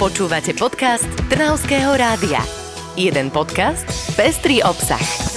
Počúvate podcast Trnavského rádia. Jeden podcast, pestrý obsah.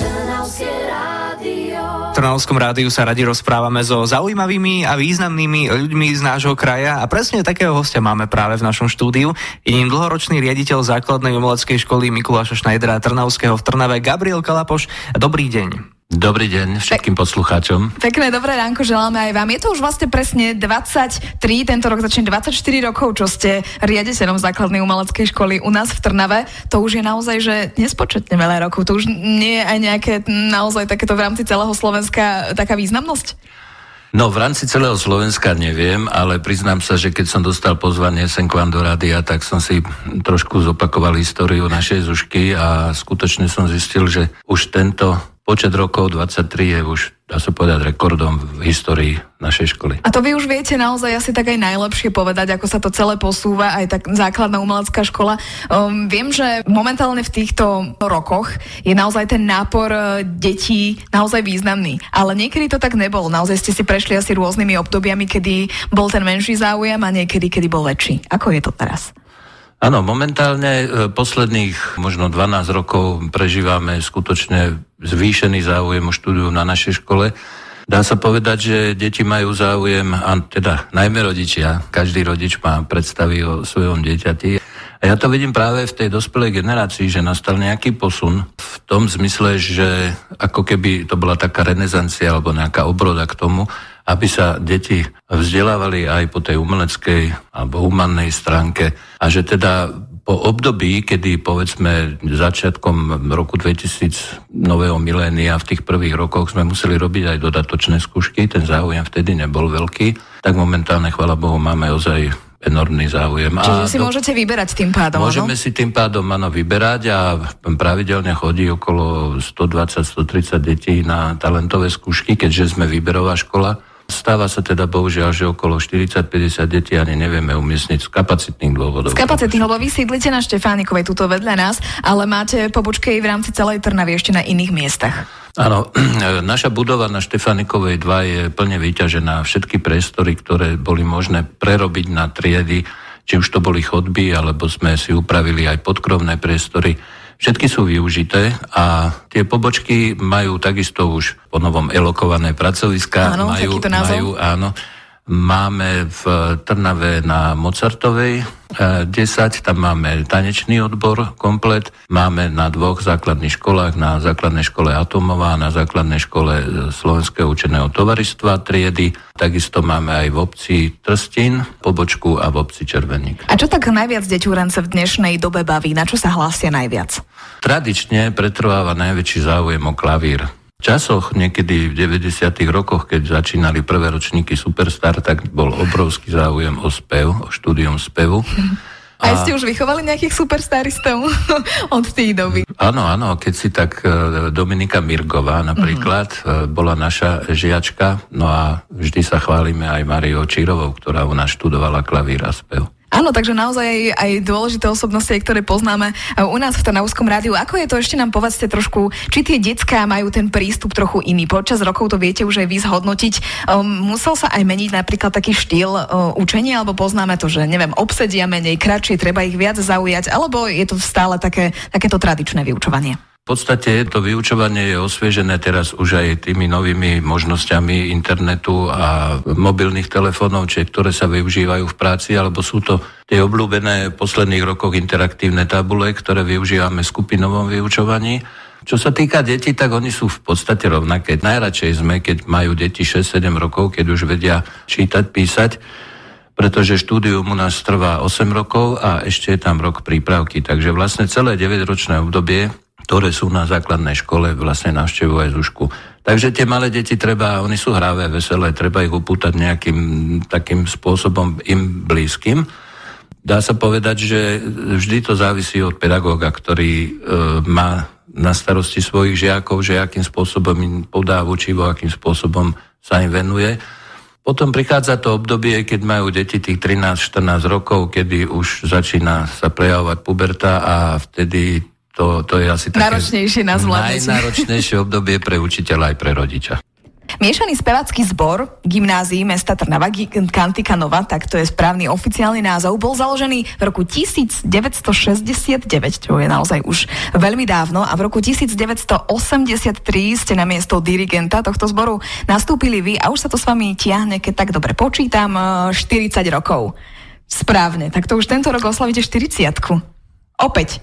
V Trnavskom rádiu sa radi rozprávame so zaujímavými a významnými ľuďmi z nášho kraja a presne takého hostia máme práve v našom štúdiu. Je ním dlhoročný riaditeľ základnej umeleckej školy Mikuláša Šnajdera Trnavského v Trnave Gabriel Kalapoš. Dobrý deň. Dobrý deň všetkým poslucháčom. Pekné dobré ránko želáme aj vám. Je to už vlastne presne 23, tento rok začne 24 rokov, čo ste riaditeľom základnej umeleckej školy u nás v Trnave. To už je naozaj, že nespočetne veľa rokov. To už nie je aj nejaké naozaj takéto v rámci celého Slovenska taká významnosť? No, v rámci celého Slovenska neviem, ale priznám sa, že keď som dostal pozvanie sem k vám do rádia, tak som si trošku zopakoval históriu našej Zušky a skutočne som zistil, že už tento počet rokov 23 je už, dá sa povedať, rekordom v histórii našej školy. A to vy už viete naozaj asi tak aj najlepšie povedať, ako sa to celé posúva, aj tak základná umelecká škola. Viem, že momentálne v týchto rokoch je naozaj ten nápor detí naozaj významný, ale niekedy to tak nebolo. Naozaj ste si prešli asi rôznymi obdobiami, kedy bol ten menší záujem a niekedy, kedy bol väčší. Ako je to teraz? Áno, momentálne posledných možno 12 rokov prežívame skutočne zvýšený záujem o štúdium na našej škole. Dá sa povedať, že deti majú záujem, a teda najmä rodičia, každý rodič má predstavy o svojom dieťati. A ja to vidím práve v tej dospelej generácii, že nastal nejaký posun v tom zmysle, že ako keby to bola taká renesancia alebo nejaká obroda k tomu, aby sa deti vzdelávali aj po tej umeleckej alebo humannej stránke a že teda po období, kedy povedzme začiatkom roku 2000 nového milénia v tých prvých rokoch sme museli robiť aj dodatočné skúšky, ten záujem vtedy nebol veľký, tak momentálne, chvála Bohu, máme ozaj enormný záujem. Čiže si môžete vyberať tým pádom, Môžeme si tým pádom, vyberať a pravidelne chodí okolo 120-130 detí na talentové skúšky, keďže sme výberová škola. Stáva sa teda bohužiaľ, že okolo 40-50 detí ani nevieme umiestniť z kapacitných dôvodov. Z kapacitných, lebo vy sídlite na Štefánikovej, tuto vedľa nás, ale máte pobočky v rámci celej Trnavy ešte na iných miestach. Áno, naša budova na Štefánikovej 2 je plne vyťažená. Všetky priestory, ktoré boli možné prerobiť na triedy, či už to boli chodby, alebo sme si upravili aj podkrovné priestory, všetky sú využité a tie pobočky majú takisto už po novom elokované pracoviská. Áno, majú, áno. Máme v Trnave na Mozartovej 10, tam máme tanečný odbor komplet, máme na 2 základných školách, na základnej škole Atomová a na základnej škole Slovenského učeného tovaristva triedy, takisto máme aj v obci Trstín pobočku a v obci Červeník. A čo tak najviac deťúrence v dnešnej dobe baví? Na čo sa hlásia najviac? Tradične pretrváva najväčší záujem o klavír. V časoch, niekedy v 90. rokoch, keď začínali prvé ročníky Superstar, tak bol obrovský záujem o spev, o štúdium spevu. A ste už vychovali nejakých superstaristov od tej doby? Áno, keď si tak Dominika Mirgová napríklad bola naša žiačka, no a vždy sa chválime aj Mariou Čírovou, ktorá u nás študovala klavír a spev. Áno, takže naozaj aj dôležité osobnosti, ktoré poznáme u nás v Trnavskom rádiu. Ako je to, ešte nám povedzte trošku, či tie decká majú ten prístup trochu iný. Počas rokov to viete už aj vy zhodnotiť. Musel sa aj meniť napríklad taký štýl učenia, alebo poznáme to, že neviem, obsedia menej, kratšie, treba ich viac zaujať, alebo je to stále takéto tradičné vyučovanie? V podstate to vyučovanie je osviežené teraz už aj tými novými možnosťami internetu a mobilných telefónov, ktoré sa využívajú v práci, alebo sú to tie obľúbené v posledných rokoch interaktívne tabule, ktoré využívame v skupinovom vyučovaní. Čo sa týka detí, tak oni sú v podstate rovnaké. Najradšej sme, keď majú deti 6-7 rokov, keď už vedia čítať, písať, pretože štúdium u nás trvá 8 rokov a ešte je tam rok prípravky. Takže vlastne celé 9-ročné obdobie, ktoré sú na základnej škole, vlastne navštevujú aj Zušku. Takže tie malé deti oni sú hravé, veselé, treba ich upútať nejakým takým spôsobom im blízkym. Dá sa povedať, že vždy to závisí od pedagóga, ktorý má na starosti svojich žiakov, že akým spôsobom im podá učivo, akým spôsobom sa im venuje. Potom prichádza to obdobie, keď majú deti tých 13-14 rokov, kedy už začína sa prejavovať puberta a vtedy to je asi také náročnejšie na zvládnutie. Najnáročnejšie obdobie pre učiteľa aj pre rodiča. Miešaný spevácky zbor gymnázií mesta Trnava, Kantika Nova, tak to je správny oficiálny názov, bol založený v roku 1969, čo je naozaj už veľmi dávno, a v roku 1983 ste na miesto dirigenta tohto zboru nastúpili vy a už sa to s vami tiahne, keď tak dobre počítam, 40 rokov. Správne, tak to už tento rok oslavíte 40-ku. Opäť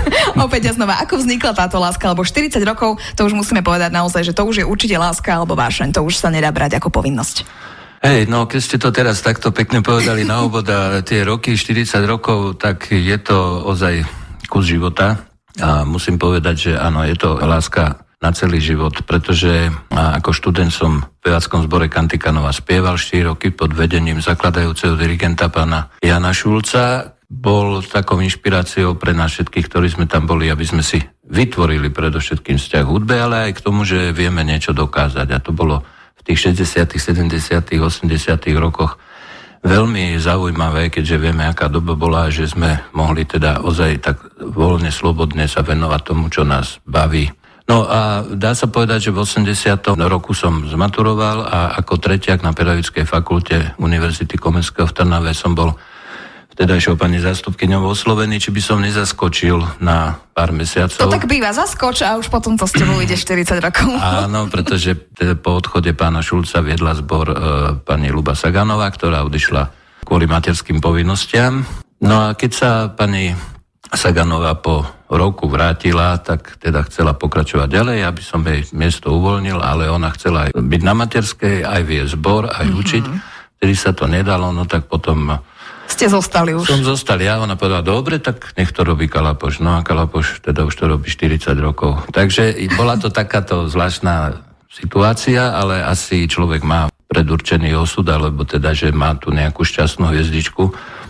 a znova. Ako vznikla táto láska? Lebo 40 rokov, to už musíme povedať naozaj, že to už je určite láska alebo vášeň. To už sa nedá brať ako povinnosť. Hej, no keď ste to teraz takto pekne povedali na úvod a tie roky, 40 rokov, tak je to ozaj kus života. A musím povedať, že áno, je to láska na celý život, pretože ako študent som v speváckom zbore Kantika Nova spieval 4 roky pod vedením zakladajúceho dirigenta pána Jana Šulca. Bol takou inšpiráciou pre nás všetkých, ktorí sme tam boli, aby sme si vytvorili predovšetkým vzťah k hudbe, ale aj k tomu, že vieme niečo dokázať. A to bolo v tých 60., 70., 80. rokoch veľmi zaujímavé, keďže vieme, aká doba bola, že sme mohli teda ozaj tak voľne, slobodne sa venovať tomu, čo nás baví. No a dá sa povedať, že v 80. roku som zmaturoval a ako tretiak na Pedagogickej fakulte Univerzity Komenského v Trnave som bol vtedajšou pani zástupkyňou oslovený, či by som nezaskočil na pár mesiacov. To tak býva, zaskoč a už potom to s tebou ide 40 rokov. Áno, pretože po odchode pána Šulca viedla zbor pani Luba Saganová, ktorá odišla kvôli materským povinnostiam. No a keď sa pani Saganová po roku vrátila, tak teda chcela pokračovať ďalej, aby som jej miesto uvoľnil, ale ona chcela aj byť na materskej, aj viesť zbor, aj učiť. Vtedy sa to nedalo, no tak potom ste zostali už. Som zostal ja, ona povedala, dobre, tak nech to robí Kalapoš. No a Kalapoš teda už to robí 40 rokov. Takže bola to takáto zvláštna situácia, ale asi človek má predurčený osud, alebo teda, že má tu nejakú šťastnú hviezdičku.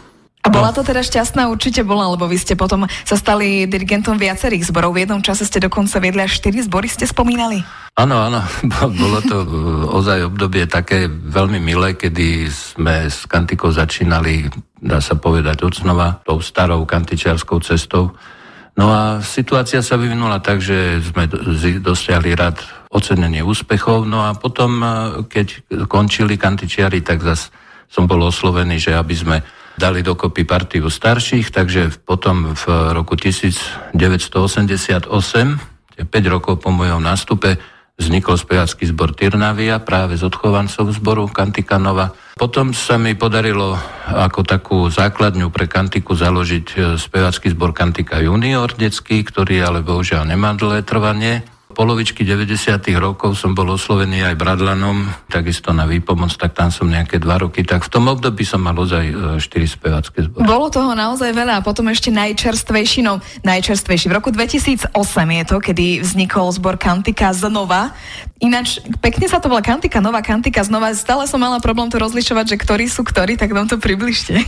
A bola to teda šťastná? Určite bola, lebo vy ste potom sa stali dirigentom viacerých zborov. V jednom čase ste dokonca viedli až 4 zbory, ste spomínali? Áno, bolo to ozaj obdobie také veľmi milé, kedy sme s kantikou začínali, dá sa povedať, odznova tou starou kantičiarskou cestou. No a situácia sa vyvinula tak, že sme dosiahli rad ocenenie úspechov, no a potom, keď končili kantičiari, tak zas som bol oslovený, že aby sme dali dokopy partiu starších, takže potom v roku 1988, 5 rokov po mojom nástupe, vznikol spevácky zbor Tyrnavia práve z odchovancov zboru Kantika Nova. Potom sa mi podarilo ako takú základňu pre kantiku založiť spevácky zbor Kantika Junior detský, ktorý ale bohužiaľ nemá dlhé trvanie. V polovičky 90. rokov som bol oslovený aj Bradlanom, takisto na výpomoc, tak tam som nejaké 2 roky, tak v tom období som mal ozaj 4 spevácké zbory. Bolo toho naozaj veľa a potom ešte najčerstvejší. V roku 2008 je to, kedy vznikol zbor Kantika znova. Ináč, pekne sa to bola Kantika Nova, Kantika znova. Stále som mala problém to rozlišovať, že ktorí sú ktorí, tak nám to približte.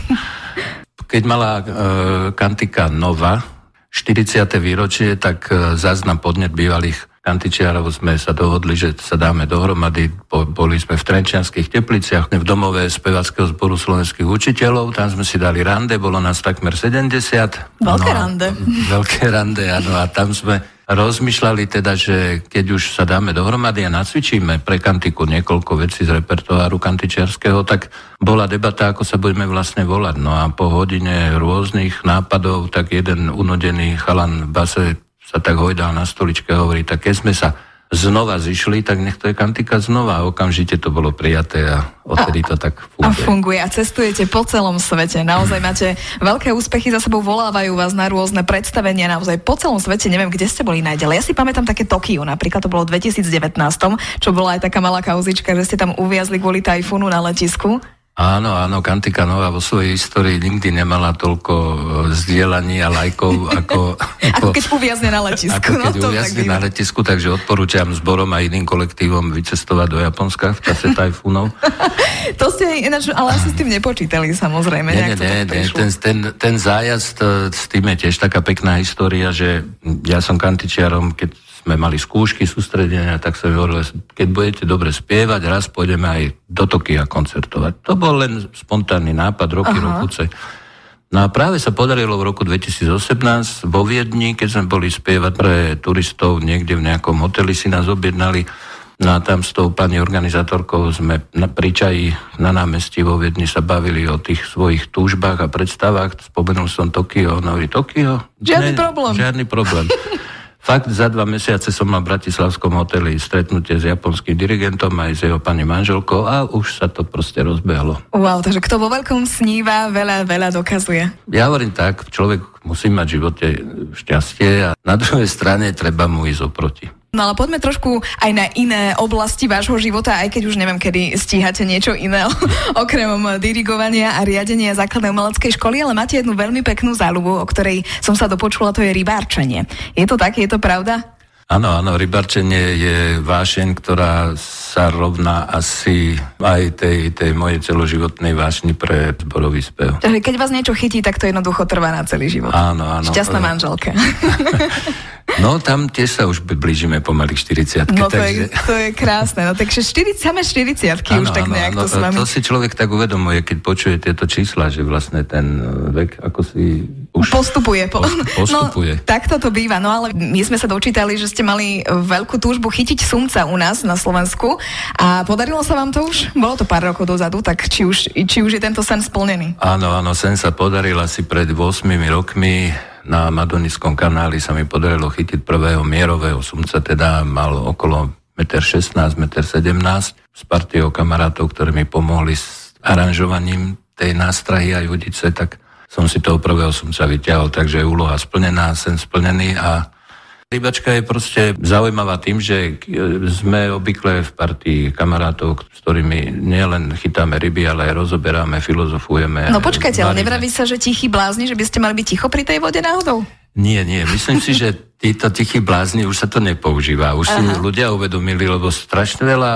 Keď mala Kantika Nova 40. výročie, tak záznam podnet bývalých kantičiarov sme sa dohodli, že sa dáme dohromady. Boli sme v Trenčianskych Tepliciach, v domove speváckeho zboru slovenských učiteľov. Tam sme si dali rande, bolo nás takmer 70. Veľké rande, áno. A tam sme rozmýšľali teda, že keď už sa dáme dohromady a nacvičíme pre kantiku niekoľko vecí z repertoáru kantičiarského, tak bola debata, ako sa budeme vlastne volať. No a po hodine rôznych nápadov, tak jeden unodený chalan v base sa tak hojdal na stoličke a hovorí, tak keď sme sa znova zišli, tak nech to je Kantika znova. A okamžite to bolo prijaté a odtedy to tak funguje. A funguje a cestujete po celom svete. Naozaj máte veľké úspechy za sebou, volávajú vás na rôzne predstavenia naozaj po celom svete. Neviem, kde ste boli najďalej. Ja si pamätám také Tokio, napríklad to bolo v 2019, čo bola aj taká malá kauzička, že ste tam uviazli kvôli tajfúnu na letisku. Áno, Kantika Nova vo svojej histórii nikdy nemala toľko zdieľaní a lajkov ako keď uviazne na letisku. Ako keď uviazne na letisku, takže odporúčam zborom a iným kolektívom vycestovať do Japonska v čase tajfúnov. To ste ináč, ale asi s tým nepočítali, samozrejme. Nie, ten zájazd, s tým je tiež taká pekná história, že ja som kantičiarom, keď sme mali skúšky, sústredenia, tak sa mi hovorilo, keď budete dobre spievať, raz pôjdeme aj do Tokia koncertovať. To bol len spontánny nápad, roky. No a práve sa podarilo v roku 2018 vo Viedni, keď sme boli spievať pre turistov niekde v nejakom hoteli, si nás objednali. No a tam s tou pani organizátorkou sme pri čaji na námestí vo Viedni sa bavili o tých svojich túžbách a predstavách. Spomenul som Tokio, on hovorí, Tokio? Žiadny problém. Fakt, za 2 mesiace som mal v bratislavskom hoteli stretnutie s japonským dirigentom aj s jeho pani manželkou a už sa to proste rozbehlo. Wow, takže kto vo veľkom sníva, veľa dokazuje. Ja hovorím tak, človek musí mať v živote šťastie a na druhej strane treba mu ísť oproti. No ale poďme trošku aj na iné oblasti vášho života, aj keď už neviem, kedy stíhate niečo iné okrem dirigovania a riadenia základnej umeleckej školy, ale máte jednu veľmi peknú záľubu, o ktorej som sa dopočula, to je rybárčenie. Je to tak? Je to pravda? Áno, rybárčenie je vášeň, ktorá sa rovná asi aj tej mojej celoživotnej vášni pre zborový spev. Takže keď vás niečo chytí, tak to jednoducho trvá na celý život. Áno. Šťastná manželka. No, tam tiež sa už blížime pomaly k 40-ke. No, to je krásne. No, takže samé 40-ky už tak nejak to s vami. To si človek tak uvedomuje, keď počuje tieto čísla, že vlastne ten vek ako si už postupuje. Postupuje. No, takto to býva. No, ale my sme sa dočítali, že ste mali veľkú túžbu chytiť sumca u nás na Slovensku. A podarilo sa vám to už? Bolo to pár rokov dozadu, tak či už je tento sen splnený? Áno, sen sa podaril asi pred 8 rokmi. Na Madoniskom kanáli sa mi podarilo chytiť prvého mierového sumca, teda mal okolo 1,16 m, 1,17 m s partiou kamarátov, ktorí mi pomohli s aranžovaním tej nástrahy aj judice, tak som si toho prvého sumca vyťahol, takže je úloha splnená, sen splnený a rybačka je proste zaujímavá tým, že sme obvykle v partii kamarátov, s ktorými nielen chytáme ryby, ale aj rozoberáme, filozofujeme. No počkajte, ale nevraví sa, že tichí blázni, že by ste mali byť ticho pri tej vode náhodou? Nie. Myslím si, že títo tichí blázni už sa to nepoužíva. Už si ľudia uvedomili, lebo strašne veľa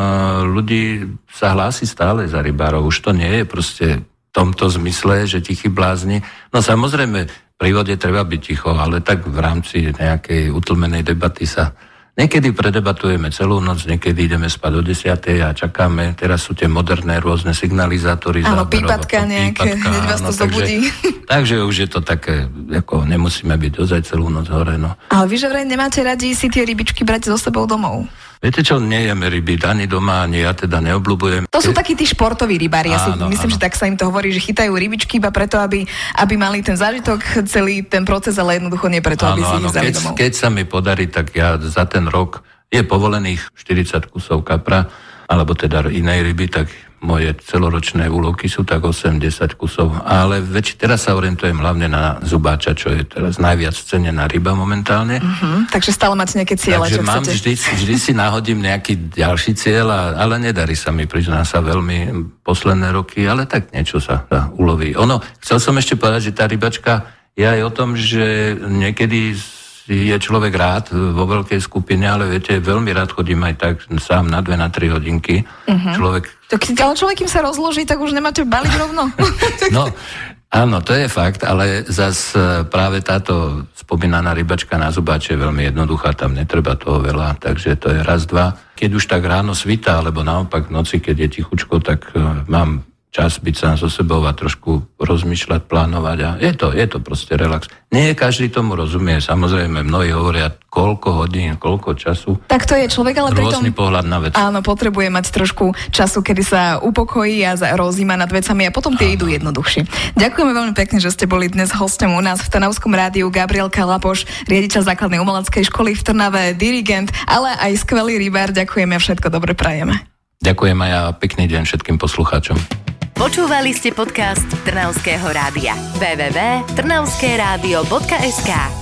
ľudí sa hlási stále za rybárov. Už to nie je proste v tomto zmysle, že tichí blázni. No samozrejme, pri vode treba byť ticho, ale tak v rámci nejakej utlmenej debaty sa niekedy predebatujeme celú noc, niekedy ideme spať do 10:00 a čakáme. Teraz sú tie moderné rôzne signalizátory. Áno, pípatka nejaké, hneď vás to zobudí. Takže už je to také, ako nemusíme byť ozaj celú noc hore. No. Ale vy že vraj nemáte radi si tie rybičky brať so sebou domov? Viete čo, nejeme ryby ani doma, ani ja teda neobľúbujem. To sú takí tí športoví rybári, myslím, že tak sa im to hovorí, že chytajú rybičky iba preto, aby mali ten zážitok, celý ten proces, ale jednoducho nie preto, aby si ich vzali domov. Keď sa mi podarí, tak ja za ten rok je povolených 40 kusov kapra, alebo teda inej ryby, tak moje celoročné úlovky sú tak 8-10 kusov. Ale teraz sa orientujem hlavne na zubáča, čo je teraz najviac cenená ryba momentálne. Takže stále máte nejaké cieľe, čo mám chcete? Vždy si nahodím nejaký ďalší cieľ, ale nedarí sa mi, priznám sa, veľmi posledné roky, ale tak niečo sa uloví. Chcel som ešte povedať, že tá rybačka je aj o tom, že niekedy je človek rád vo veľkej skupine, ale viete, veľmi rád chodím aj tak sám na 2-3 hodinky. Ale človek, kým sa rozloží, tak už nemáte baliť rovno. No, áno, to je fakt, ale zas práve táto spomínaná rybačka na zubáče je veľmi jednoduchá, tam netreba toho veľa, takže to je raz, dva. Keď už tak ráno svitá, alebo naopak v noci, keď je tichučko, tak mám čas byť sám so sebou a trošku rozmýšľať, plánovať a je to proste relax. Nie každý tomu rozumie, samozrejme, mnohí hovoria, koľko hodín, koľko času. Tak to je človek, ale pritom rôzny pohľad na vec. Áno, potrebuje mať trošku času, kedy sa upokojí a rozíma nad vecami a potom tie idú jednoduchšie. Ďakujeme veľmi pekne, že ste boli dnes hosťom u nás v Trnavskom rádiu. Gabriel Kalapoš, riaditeľ základnej umeleckej školy v Trnave, dirigent, ale aj skvelý rybár. Ďakujeme a všetko dobre prajeme. Ďakujem aj ja, pekný deň všetkým poslucháčom. Počúvali ste podcast Trnavského rádia. www.trnavskeradio.sk